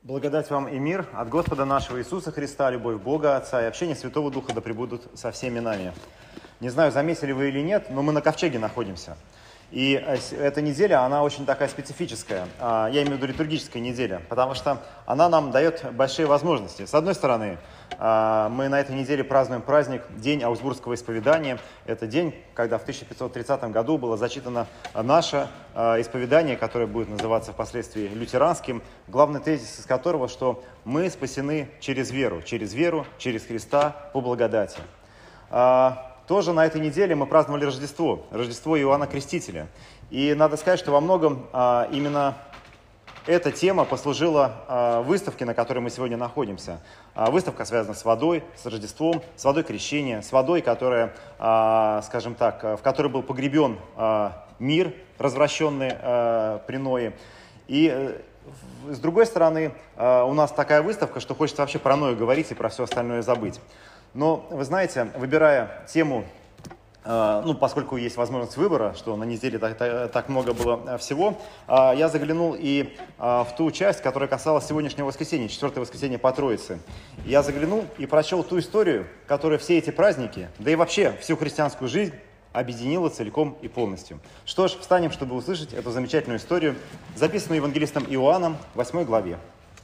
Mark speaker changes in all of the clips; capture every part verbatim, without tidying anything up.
Speaker 1: Благодать вам и мир от Господа нашего Иисуса Христа, любовь Бога Отца и общение Святого Духа да пребудут со всеми нами. Не знаю, заметили вы или нет, но мы на ковчеге находимся. И эта неделя, она очень такая специфическая. Я имею в виду литургическая неделя, потому что она нам дает большие возможности. С одной стороны, мы на этой неделе празднуем праздник, День Аугсбургского исповедания. Это день, когда в тысяча пятьсот тридцатом году было зачитано наше исповедание, которое будет называться впоследствии лютеранским, главный тезис из которого, что мы спасены через веру, через веру, через Христа по благодати. Тоже на этой неделе мы праздновали Рождество, Рождество Иоанна Крестителя. И надо сказать, что во многом а, именно эта тема послужила а, выставке, на которой мы сегодня находимся. А, выставка связана с водой, с Рождеством, с водой крещения, с водой, которая, а, скажем так, в которой был погребен а, мир, развращенный а, при Ное. И с другой стороны, а, у нас такая выставка, что хочется вообще про Ное говорить и про все остальное забыть. Но, вы знаете, выбирая тему, э, ну, поскольку есть возможность выбора, что на неделе так, так, так много было всего, э, я заглянул и э, в ту часть, которая касалась сегодняшнего воскресенья, четвертое воскресенье по Троице. Я заглянул и прочел ту историю, которая все эти праздники, да и вообще всю христианскую жизнь объединила целиком и полностью. Что ж, встанем, чтобы услышать эту замечательную историю, записанную евангелистом Иоанном в восьмой главе.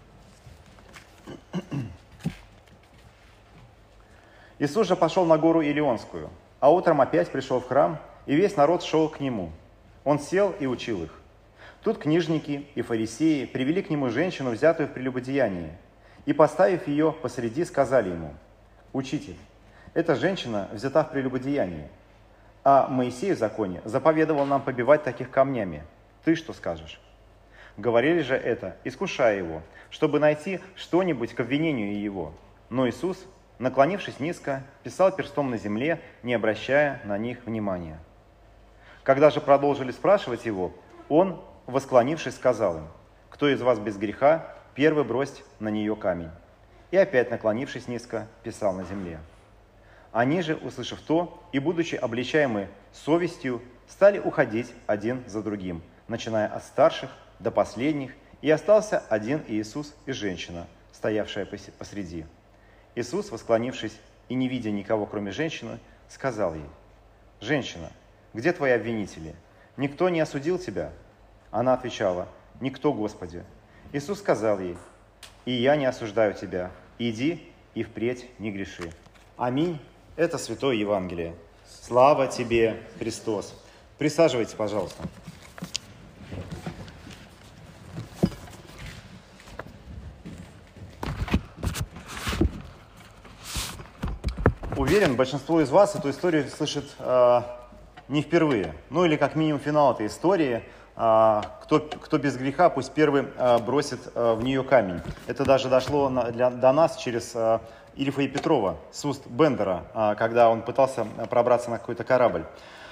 Speaker 1: Иисус же пошел на гору Илионскую, а утром опять пришел в храм, и весь народ шел к нему. Он сел и учил их. Тут книжники и фарисеи привели к нему женщину, взятую в прелюбодеянии, и, поставив ее посреди, сказали ему: «Учитель, эта женщина взята в прелюбодеянии, а Моисей в законе заповедовал нам побивать таких камнями. Ты что скажешь?» Говорили же это, искушая его, чтобы найти что-нибудь к обвинению его. Но Иисус, наклонившись низко, писал перстом на земле, не обращая на них внимания. Когда же продолжили спрашивать его, он, восклонившись, сказал им: «Кто из вас без греха, первый бросьте на нее камень». И опять, наклонившись низко, писал на земле. Они же, услышав то, и будучи обличаемы совестью, стали уходить один за другим, начиная от старших до последних, и остался один Иисус и женщина, стоявшая посреди. Иисус, восклонившись и не видя никого, кроме женщины, сказал ей: «Женщина, где твои обвинители? Никто не осудил тебя?» Она отвечала: «Никто, Господи». Иисус сказал ей: «И я не осуждаю тебя. Иди и впредь не греши». Аминь. Это Святое Евангелие. Слава тебе, Христос. Присаживайтесь, пожалуйста. Уверен, большинство из вас эту историю слышит э, не впервые. Ну или как минимум финал этой истории. Э, кто, кто без греха, пусть первый э, бросит э, в нее камень. Это даже дошло на, для, до нас через э, Ильфа и Петрова, с уст Бендера, э, когда он пытался пробраться на какой-то корабль.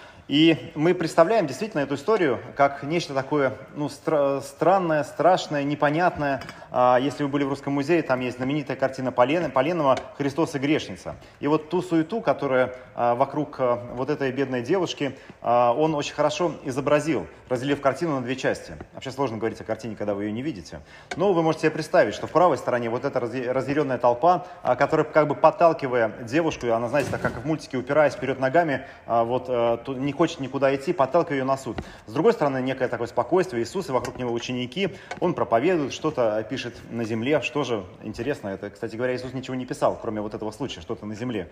Speaker 1: И мы представляем действительно эту историю как нечто такое, ну, стра- странное, страшное, непонятное. А, если вы были в Русском музее, там есть знаменитая картина Полен- Поленова «Христос и грешница». И вот ту суету, которая а, вокруг а, вот этой бедной девушки, а, он очень хорошо изобразил, разделив картину на две части. Вообще сложно говорить о картине, когда вы ее не видите. Но вы можете себе представить, что в правой стороне вот эта разъяренная толпа, а, которая как бы подталкивая девушку, она, знаете, так как в мультике, упираясь вперед ногами, а, вот а, не хочет никуда идти, подталкивая ее на суд. С другой стороны, некое такое спокойствие. Иисус и вокруг него ученики. Он проповедует, что-то пишет на земле. Что же интересно, это, кстати говоря, Иисус ничего не писал, кроме вот этого случая, что-то на земле.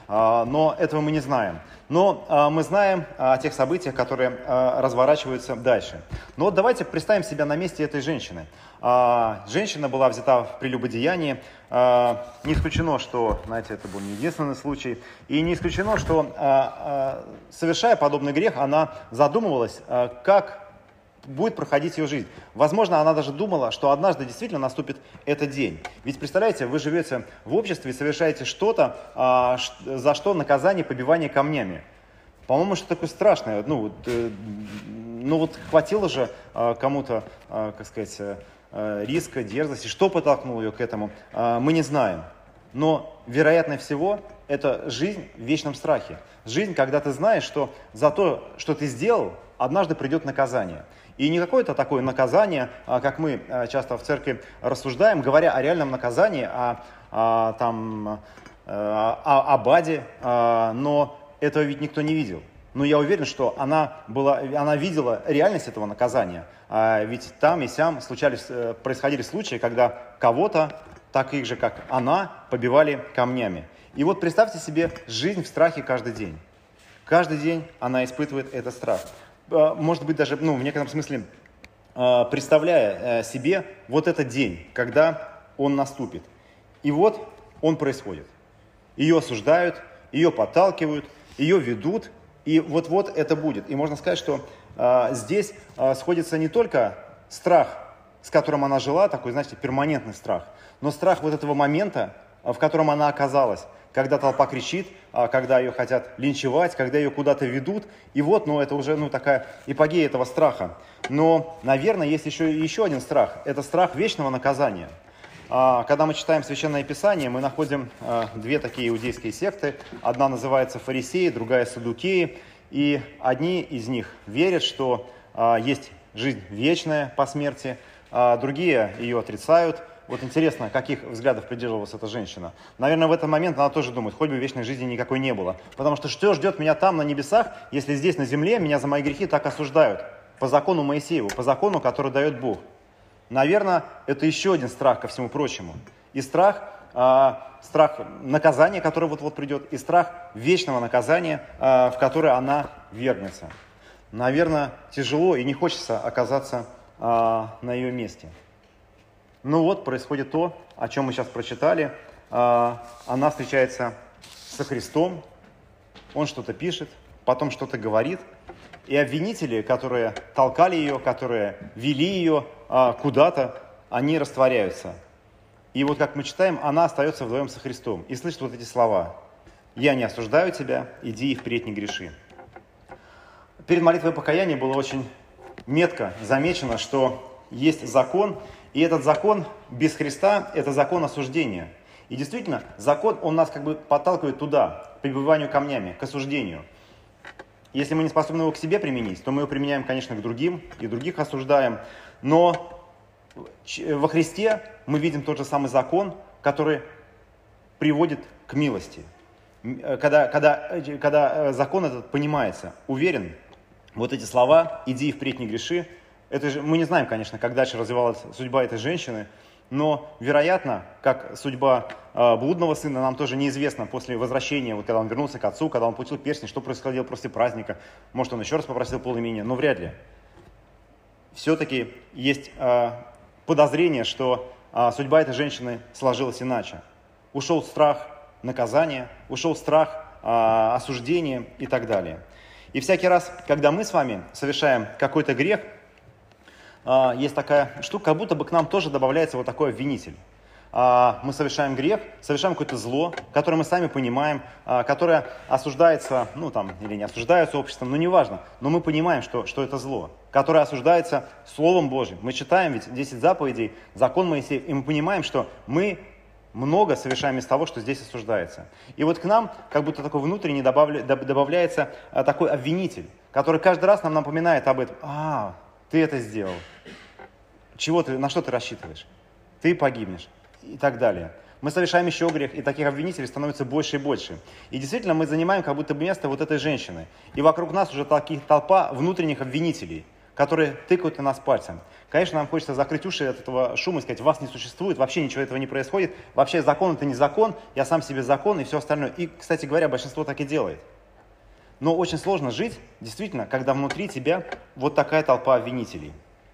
Speaker 1: Но этого мы не знаем. Но мы знаем о тех событиях, которые разворачиваются дальше. Но вот давайте представим себя на месте этой женщины. Женщина была взята в прелюбодеянии. Не исключено, что, знаете, это был не единственный случай. И не исключено, что, совершая подобный грех, она задумывалась, как будет проходить ее жизнь. Возможно, она даже думала, что однажды действительно наступит этот день. Ведь, представляете, вы живете в обществе и совершаете что-то, за что наказание побивание камнями. По-моему, что такое страшное. Ну, вот, ну вот хватило же кому-то, как сказать, риска, дерзости. Что подтолкнуло ее к этому, мы не знаем. Но, вероятнее всего, это жизнь в вечном страхе. Жизнь, когда ты знаешь, что за то, что ты сделал, однажды придет наказание. И не какое-то такое наказание, как мы часто в церкви рассуждаем, говоря о реальном наказании, о, о, там, о абаде, но этого ведь никто не видел. Но я уверен, что она, была, она видела реальность этого наказания. Ведь там и сям случались, происходили случаи, когда кого-то, таких же, как она, побивали камнями. И вот представьте себе жизнь в страхе каждый день. Каждый день она испытывает этот страх. Может быть, даже, ну, в некотором смысле, представляя себе вот этот день, когда он наступит. И вот он происходит. Ее осуждают, ее подталкивают, ее ведут, и вот-вот это будет. И можно сказать, что э, здесь э, сходится не только страх, с которым она жила, такой, знаете, перманентный страх, но страх вот этого момента, в котором она оказалась, когда толпа кричит, э, когда ее хотят линчевать, когда ее куда-то ведут. И вот, ну, это уже, ну, такая эпогея этого страха. Но, наверное, есть еще, еще один страх. Это страх вечного наказания. Когда мы читаем Священное Писание, мы находим две такие иудейские секты. Одна называется фарисеи, другая саддукеи. И одни из них верят, что есть жизнь вечная по смерти, а другие ее отрицают. Вот интересно, каких взглядов придерживалась эта женщина. Наверное, в этот момент она тоже думает, хоть бы вечной жизни никакой не было. Потому что что ждет меня там, на небесах, если здесь, на земле, меня за мои грехи так осуждают? По закону Моисееву, по закону, который дает Бог. Наверное, это еще один страх ко всему прочему. И страх, э, страх наказания, которое вот-вот придет, и страх вечного наказания, э, в которое она вергнется. Наверное, тяжело и не хочется оказаться э, на ее месте. Ну вот, происходит то, о чем мы сейчас прочитали. Э, она встречается со Христом, он что-то пишет, потом что-то говорит. И обвинители, которые толкали ее, которые вели ее а, куда-то, они растворяются. И вот как мы читаем, она остается вдвоем со Христом и слышит вот эти слова. «Я не осуждаю тебя, иди и впредь не греши». Перед молитвой покаяния было очень метко замечено, что есть закон, и этот закон без Христа – это закон осуждения. И действительно, закон, он нас как бы подталкивает туда, к прибиванию камнями, к осуждению. Если мы не способны его к себе применить, то мы его применяем, конечно, к другим, и других осуждаем. Но во Христе мы видим тот же самый закон, который приводит к милости. Когда, когда, когда закон этот понимается, уверен, вот эти слова «иди и впредь не греши», это же, мы не знаем, конечно, как дальше развивалась судьба этой женщины, но, вероятно, как судьба э, блудного сына, нам тоже неизвестно после возвращения, вот когда он вернулся к отцу, когда он получил перстень, что происходило после праздника. Может, он еще раз попросил полумения, но вряд ли. Все-таки есть э, подозрение, что э, судьба этой женщины сложилась иначе. Ушел страх наказания, ушел страх э, осуждения и так далее. И всякий раз, когда мы с вами совершаем какой-то грех, есть такая штука, как будто бы к нам тоже добавляется вот такой обвинитель. Мы совершаем грех, совершаем какое-то зло, которое мы сами понимаем, которое осуждается, ну там, или не осуждается обществом, но неважно, но мы понимаем, что, что это зло, которое осуждается Словом Божьим. Мы читаем ведь десять заповедей, закон Моисеев, и мы понимаем, что мы много совершаем из того, что здесь осуждается. И вот к нам как будто такой внутренний добавляется такой обвинитель, который каждый раз нам напоминает об этом. А, ты это сделал. Чего ты, на что ты рассчитываешь? Ты погибнешь. И так далее. Мы совершаем еще грех, и таких обвинителей становится больше и больше. И действительно мы занимаем как будто бы место вот этой женщины. И вокруг нас уже таких толпа внутренних обвинителей, которые тыкают на нас пальцем. Конечно, нам хочется закрыть уши от этого шума и сказать, вас не существует, вообще ничего этого не происходит, вообще закон это не закон, я сам себе закон и все остальное. И, кстати говоря, большинство так и делает. Но очень сложно жить, действительно, когда внутри тебя вот такая толпа обвинителей.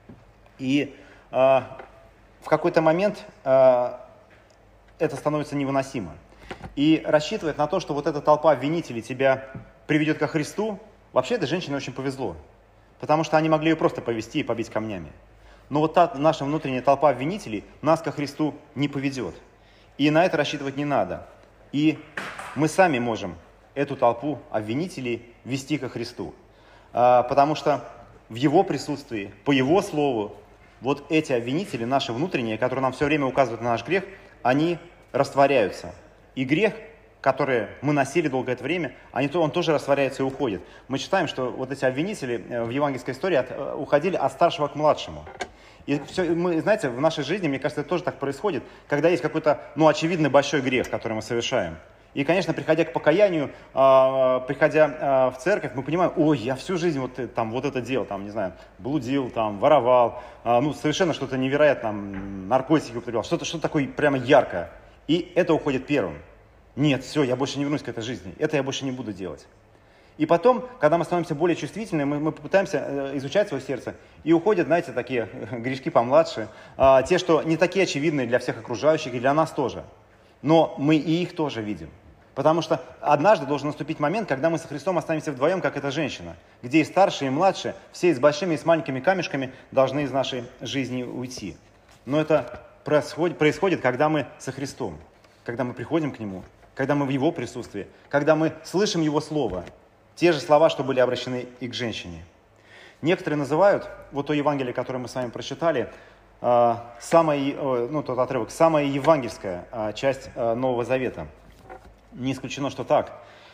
Speaker 1: И э, в какой-то момент э, это становится невыносимо. И рассчитывать на то, что вот эта толпа обвинителей тебя приведет ко Христу, вообще этой женщине очень повезло. Потому что они могли ее просто повести и побить камнями. Но вот та наша внутренняя толпа обвинителей нас ко Христу не поведет. И на это рассчитывать не надо. И мы сами можем эту толпу обвинителей вести ко Христу. Потому что в Его присутствии, по Его Слову, вот эти обвинители, наши внутренние, которые нам все время указывают на наш грех, они растворяются. И грех которые мы носили долгое это время, они, он тоже растворяется и уходит. Мы читаем, что вот эти обвинители в евангельской истории от, уходили от старшего к младшему. И все, мы, знаете, в нашей жизни, мне кажется, это тоже так происходит, когда есть какой-то, ну, очевидный большой грех, который мы совершаем. И, конечно, приходя к покаянию, э, приходя э, в церковь, мы понимаем, ой, я всю жизнь вот, там, вот это делал, там, не знаю, блудил, там, воровал, э, ну, совершенно что-то невероятное, там, наркотики употреблял, что-то, что-то такое прямо яркое. И это уходит первым. Нет, все, я больше не вернусь к этой жизни, это я больше не буду делать. И потом, когда мы становимся более чувствительны, мы, мы попытаемся изучать свое сердце, и уходят, знаете, такие грешки помладше, э, те, что не такие очевидные для всех окружающих и для нас тоже. Но мы и их тоже видим. Потому что однажды должен наступить момент, когда мы со Христом останемся вдвоем, как эта женщина, где и старшие, и младшие, все и с большими, и с маленькими камешками должны из нашей жизни уйти. Но это происходит, происходит, когда мы со Христом, когда мы приходим к Нему, когда мы в Его присутствии, когда мы слышим Его Слово, те же слова, что были обращены и к женщине. Некоторые называют, вот то Евангелие, которое мы с вами прочитали, самая, ну, тот отрывок, самая евангельская часть Нового Завета. Не исключено, что так.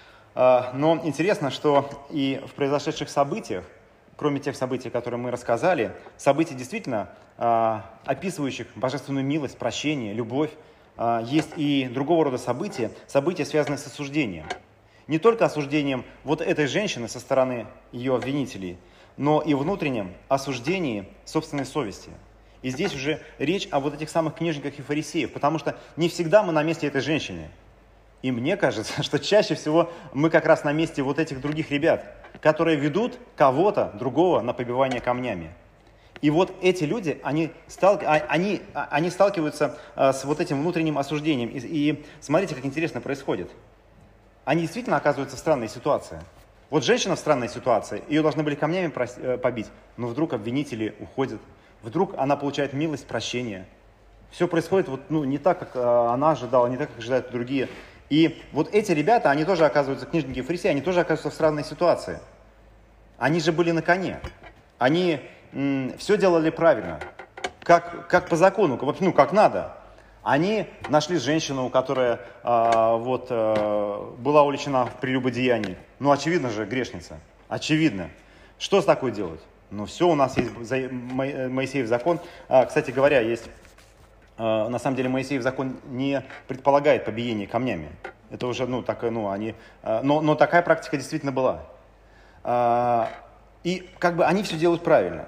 Speaker 1: Но интересно, что и в произошедших событиях, кроме тех событий, которые мы рассказали, событий действительно описывающих божественную милость, прощение, любовь, есть и другого рода события, события, связанные с осуждением. Не только осуждением вот этой женщины со стороны ее обвинителей, но и внутреннем осуждении собственной совести. И здесь уже речь о вот этих самых книжниках и фарисеев, потому что не всегда мы на месте этой женщины. И мне кажется, что чаще всего мы как раз на месте вот этих других ребят, которые ведут кого-то другого на побивание камнями. И вот эти люди, они, сталки... они, они сталкиваются с вот этим внутренним осуждением. И, и смотрите, как интересно происходит. Они действительно оказываются в странной ситуации. Вот женщина в странной ситуации, ее должны были камнями побить, но вдруг обвинители уходят, вдруг она получает милость, прощение. Все происходит вот, ну, не так, как она ожидала, не так, как ожидают другие. И вот эти ребята, они тоже оказываются, книжники и фарисеи, они тоже оказываются в странной ситуации. Они же были на коне. Они м, все делали правильно, как, как по закону, ну, как надо. Они нашли женщину, которая э, вот, э, была уличена в прелюбодеянии. Ну, очевидно же, грешница. Очевидно. Что с такой делать? Ну, все, у нас есть Моисеев закон. А, кстати говоря, есть... На самом деле Моисеев закон не предполагает побиение камнями. Это уже, ну, так, ну, они, но, но такая практика действительно была. И как бы они все делают правильно.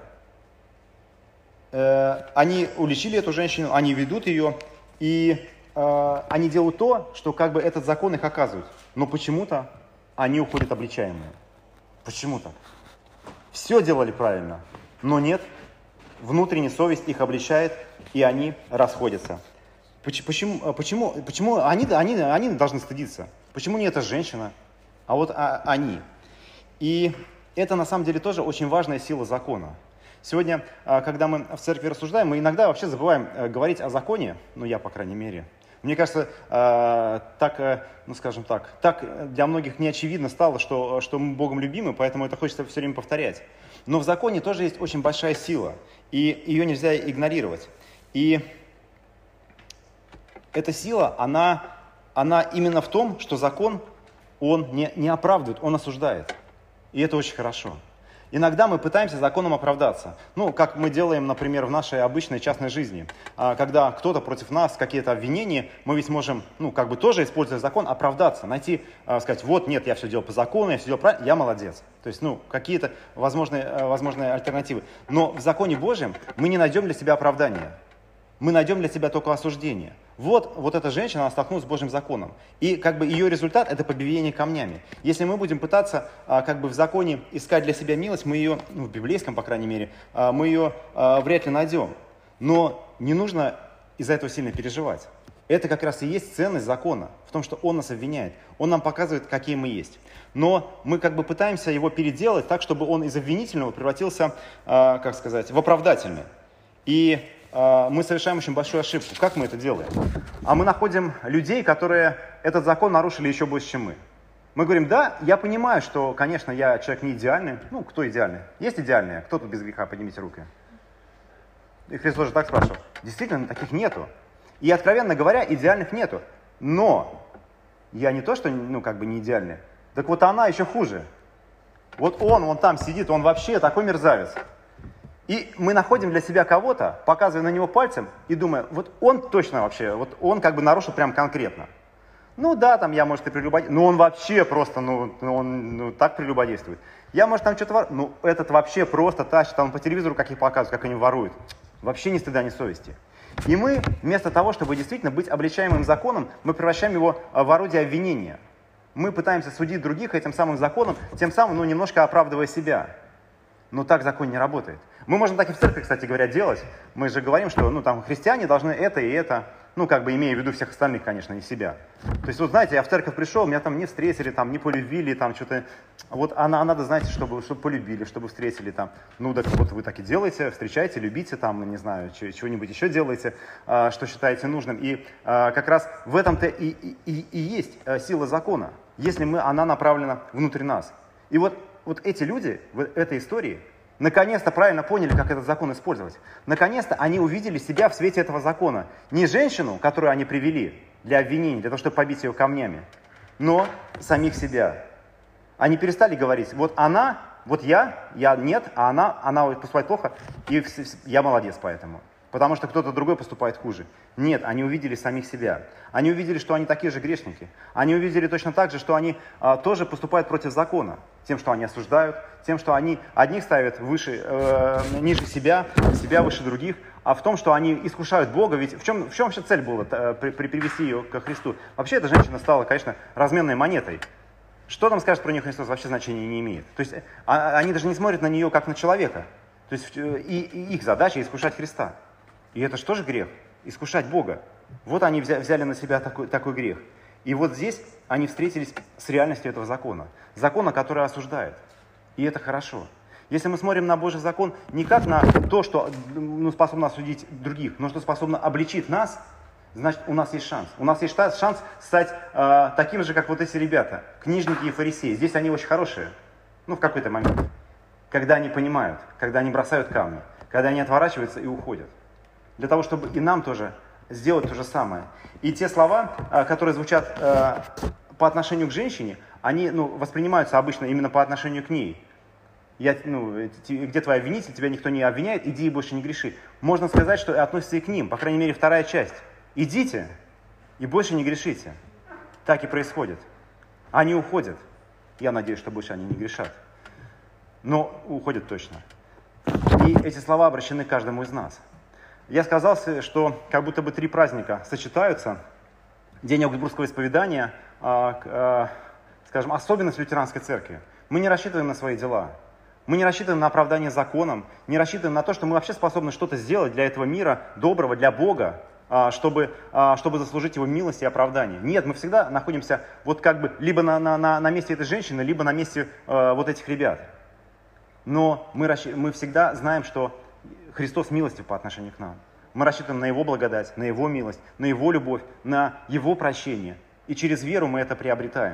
Speaker 1: Они уличили эту женщину, они ведут ее, и они делают то, что как бы этот закон их оказывает. Но почему-то они уходят обличаемые. Почему-то. Все делали правильно, но нет. Внутренняя совесть их обличает, и они расходятся. Почему, почему, почему они, они, они должны стыдиться? Почему не эта женщина, а вот а, они? И это на самом деле тоже очень важная сила закона. Сегодня, когда мы в церкви рассуждаем, мы иногда вообще забываем говорить о законе, ну я, по крайней мере. Мне кажется, так, ну скажем так, так для многих не очевидно стало, что, что мы Богом любимы, поэтому это хочется все время повторять. Но в законе тоже есть очень большая сила, и ее нельзя игнорировать. И эта сила, она, она именно в том, что закон, он не, не оправдывает, он осуждает. И это очень хорошо. Иногда мы пытаемся законом оправдаться. Ну, как мы делаем, например, в нашей обычной частной жизни. Когда кто-то против нас, какие-то обвинения, мы ведь можем, ну, как бы тоже, используя закон, оправдаться. Найти, сказать, вот, нет, я все делал по закону, я все делал правильно, я молодец. То есть, ну, какие-то возможные, возможные альтернативы. Но в законе Божьем мы не найдем для себя оправдания. Мы найдем для себя только осуждение. Вот, вот эта женщина, она столкнулась с Божьим законом. И как бы ее результат – это побиение камнями. Если мы будем пытаться а, как бы в законе искать для себя милость, мы ее, ну, в библейском, по крайней мере, а, мы ее а, вряд ли найдем. Но не нужно из-за этого сильно переживать. Это как раз и есть ценность закона, в том, что он нас обвиняет. Он нам показывает, какие мы есть. Но мы как бы пытаемся его переделать так, чтобы он из обвинительного превратился, а, как сказать, в оправдательный. И мы совершаем очень большую ошибку. Как мы это делаем? А мы находим людей, которые этот закон нарушили еще больше, чем мы. Мы говорим, да, я понимаю, что, конечно, я человек не идеальный. Ну, кто идеальный? Есть идеальные? Кто тут без греха? Поднимите руки. И Христос же так спрашивал. Действительно, таких нету. И, откровенно говоря, идеальных нету. Но Я не то, что ну, как бы не идеальный. Так вот она еще хуже. Вот он, он там сидит, он вообще такой мерзавец. И мы находим для себя кого-то, показывая на него пальцем и думая, вот он точно вообще, вот он как бы нарушил прям конкретно. Ну да, там я, может, и прелюбодействую, но он вообще просто, ну, он ну, так прелюбодействует. Я, может, там что-то ворую, ну этот вообще просто тащит, там по телевизору как их показывают, как они воруют. Вообще ни стыда, ни совести. И мы, вместо того, чтобы действительно быть обличаемым законом, мы превращаем его в орудие обвинения. Мы пытаемся судить других этим самым законом, тем самым, ну, немножко оправдывая себя. Но так закон не работает. Мы можем так и в церкви, кстати говоря, делать. Мы же говорим, что ну, там, христиане должны это и это, ну, как бы имея в виду всех остальных, конечно, и себя. То есть, вот знаете, я в церковь пришел, меня там не встретили, там, не полюбили, там, что-то. Вот, а, а надо, знаете, чтобы, чтобы полюбили, чтобы встретили, там. Ну, так вот вы так и делаете, встречаете, любите, там, не знаю, чего-нибудь еще делаете, а, что считаете нужным. И а, как раз в этом-то и, и, и, и есть сила закона, если мы, она направлена внутрь нас. И вот, вот эти люди в этой истории наконец-то правильно поняли, как этот закон использовать. Наконец-то они увидели себя в свете этого закона. Не женщину, которую они привели для обвинения, для того, чтобы побить ее камнями, но самих себя. Они перестали говорить, вот она, вот я, я нет, а она, она поступает плохо, и я молодец поэтому. Потому что кто-то другой поступает хуже. Нет, они увидели самих себя. Они увидели, что они такие же грешники. Они увидели точно так же, что они а, тоже поступают против закона. Тем, что они осуждают, тем, что они одних ставят выше, э, ниже себя, себя выше других. А в том, что они искушают Бога. Ведь в чем, в чем вообще цель была э, при, при, привести ее ко Христу? Вообще эта женщина стала, конечно, разменной монетой. Что там скажет про нее Христос, вообще значения не имеет. То есть а, они даже не смотрят на нее как на человека. То есть и, и их задача искушать Христа. И это что же грех? Искушать Бога. Вот они взяли на себя такой, такой грех. И вот здесь они встретились с реальностью этого закона. Закона, который осуждает. И это хорошо. Если мы смотрим на Божий закон не как на то, что ну, способно осудить других, но что способно обличить нас, значит, у нас есть шанс. У нас есть шанс стать э, таким же, как вот эти ребята, книжники и фарисеи. Здесь они очень хорошие. Ну, в какой-то момент. Когда они понимают, когда они бросают камни, когда они отворачиваются и уходят. Для того, чтобы и нам тоже сделать то же самое. И те слова, которые звучат по отношению к женщине, они ну, воспринимаются обычно именно по отношению к ней. Я, ну, где твой обвинитель, тебя никто не обвиняет, иди и больше не греши. Можно сказать, что относится и к ним, по крайней мере, вторая часть. Идите и больше не грешите. Так и происходит. Они уходят. Я надеюсь, что больше они не грешат. Но уходят точно. И эти слова обращены к каждому из нас. Я сказал, что как будто бы три праздника сочетаются. День Аугсбургского исповедания, скажем, особенность лютеранской церкви. Мы не рассчитываем на свои дела. Мы не рассчитываем на оправдание законом, не рассчитываем на то, что мы вообще способны что-то сделать для этого мира доброго, для Бога, чтобы, чтобы заслужить Его милость и оправдание. Нет, мы всегда находимся вот как бы либо на, на, на месте этой женщины, либо на месте вот этих ребят. Но мы, мы всегда знаем, что Христос милостив по отношению к нам. Мы рассчитываем на Его благодать, на Его милость, на Его любовь, на Его прощение. И через веру мы это приобретаем.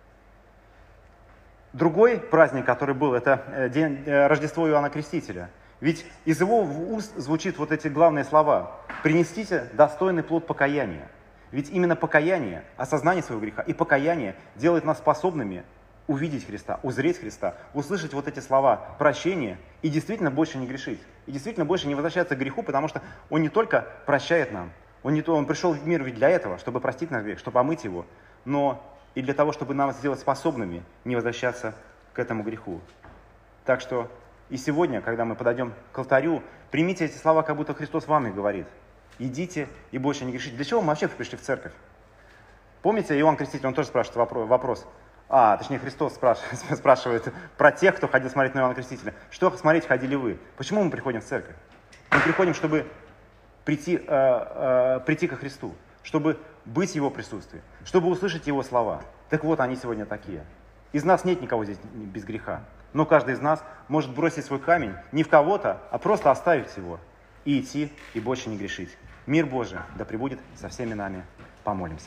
Speaker 1: Другой праздник, который был, это день Рождества Иоанна Крестителя. Ведь из его уст звучит вот эти главные слова. «Принесите достойный плод покаяния». Ведь именно покаяние, осознание своего греха и покаяние делает нас способными увидеть Христа, узреть Христа, услышать вот эти слова прощения и действительно больше не грешить. И действительно больше не возвращаться к греху, потому что Он не только прощает нам, Он, не то, он пришел в мир ведь для этого, чтобы простить наш грех, чтобы омыть его, но и для того, чтобы нам сделать способными не возвращаться к этому греху. Так что и сегодня, когда мы подойдем к алтарю, примите эти слова, как будто Христос вам их говорит. Идите и больше не грешите. Для чего мы вообще пришли в церковь? Помните, Иоанн Креститель, он тоже спрашивает вопрос. А, точнее, Христос спрашивает, спрашивает про тех, кто ходил смотреть на Иоанна Крестителя. Что смотреть ходили вы? Почему мы приходим в церковь? Мы приходим, чтобы прийти, э, э, прийти ко Христу, чтобы быть в Его присутствии, чтобы услышать Его слова. Так вот, они сегодня такие. Из нас нет никого здесь без греха. Но каждый из нас может бросить свой камень не в кого-то, а просто оставить его и идти, и больше не грешить. Мир Божий да пребудет со всеми нами. Помолимся.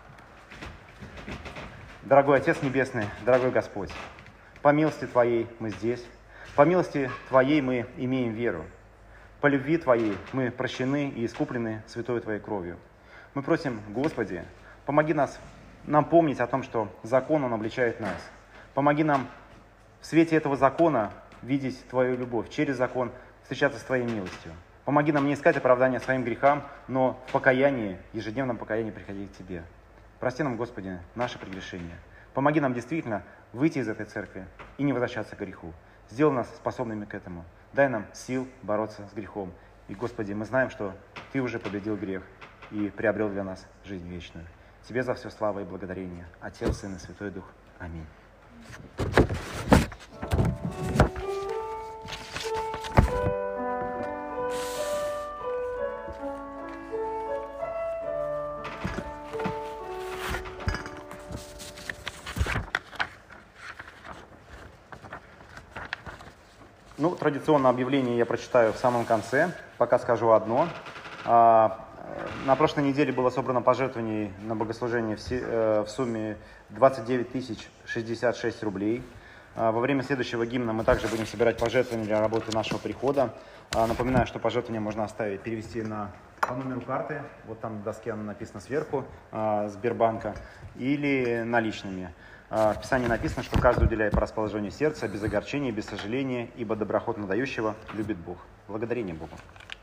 Speaker 1: Дорогой Отец Небесный, дорогой Господь, по милости Твоей мы здесь, по милости Твоей мы имеем веру, по любви Твоей мы прощены и искуплены святой Твоей кровью. Мы просим, Господи, помоги нас нам помнить о том, что закон, он обличает нас. Помоги нам в свете этого закона видеть Твою любовь, через закон встречаться с Твоей милостью. Помоги нам не искать оправдания своим грехам, но в покаянии, ежедневном покаянии приходить к Тебе. Прости нам, Господи, наши прегрешения. Помоги нам действительно выйти из этой церкви и не возвращаться к греху. Сделай нас способными к этому. Дай нам сил бороться с грехом. И, Господи, мы знаем, что Ты уже победил грех и приобрел для нас жизнь вечную. Тебе за все слава и благодарение. Отец, Сын и Святой Дух. Аминь. Ну, традиционное объявление я прочитаю в самом конце, пока скажу одно. На прошлой неделе было собрано пожертвований на богослужение в сумме двадцать девять тысяч шестьдесят шесть рублей. Во время следующего гимна мы также будем собирать пожертвования для работы нашего прихода. Напоминаю, что пожертвования можно оставить, перевести на, по номеру карты, вот там на доске оно написано сверху, Сбербанка, или наличными. В Писании написано, что каждый уделяет по расположению сердца, без огорчения, без сожаления, ибо доброхотно дающего любит Бог. Благодарение Богу.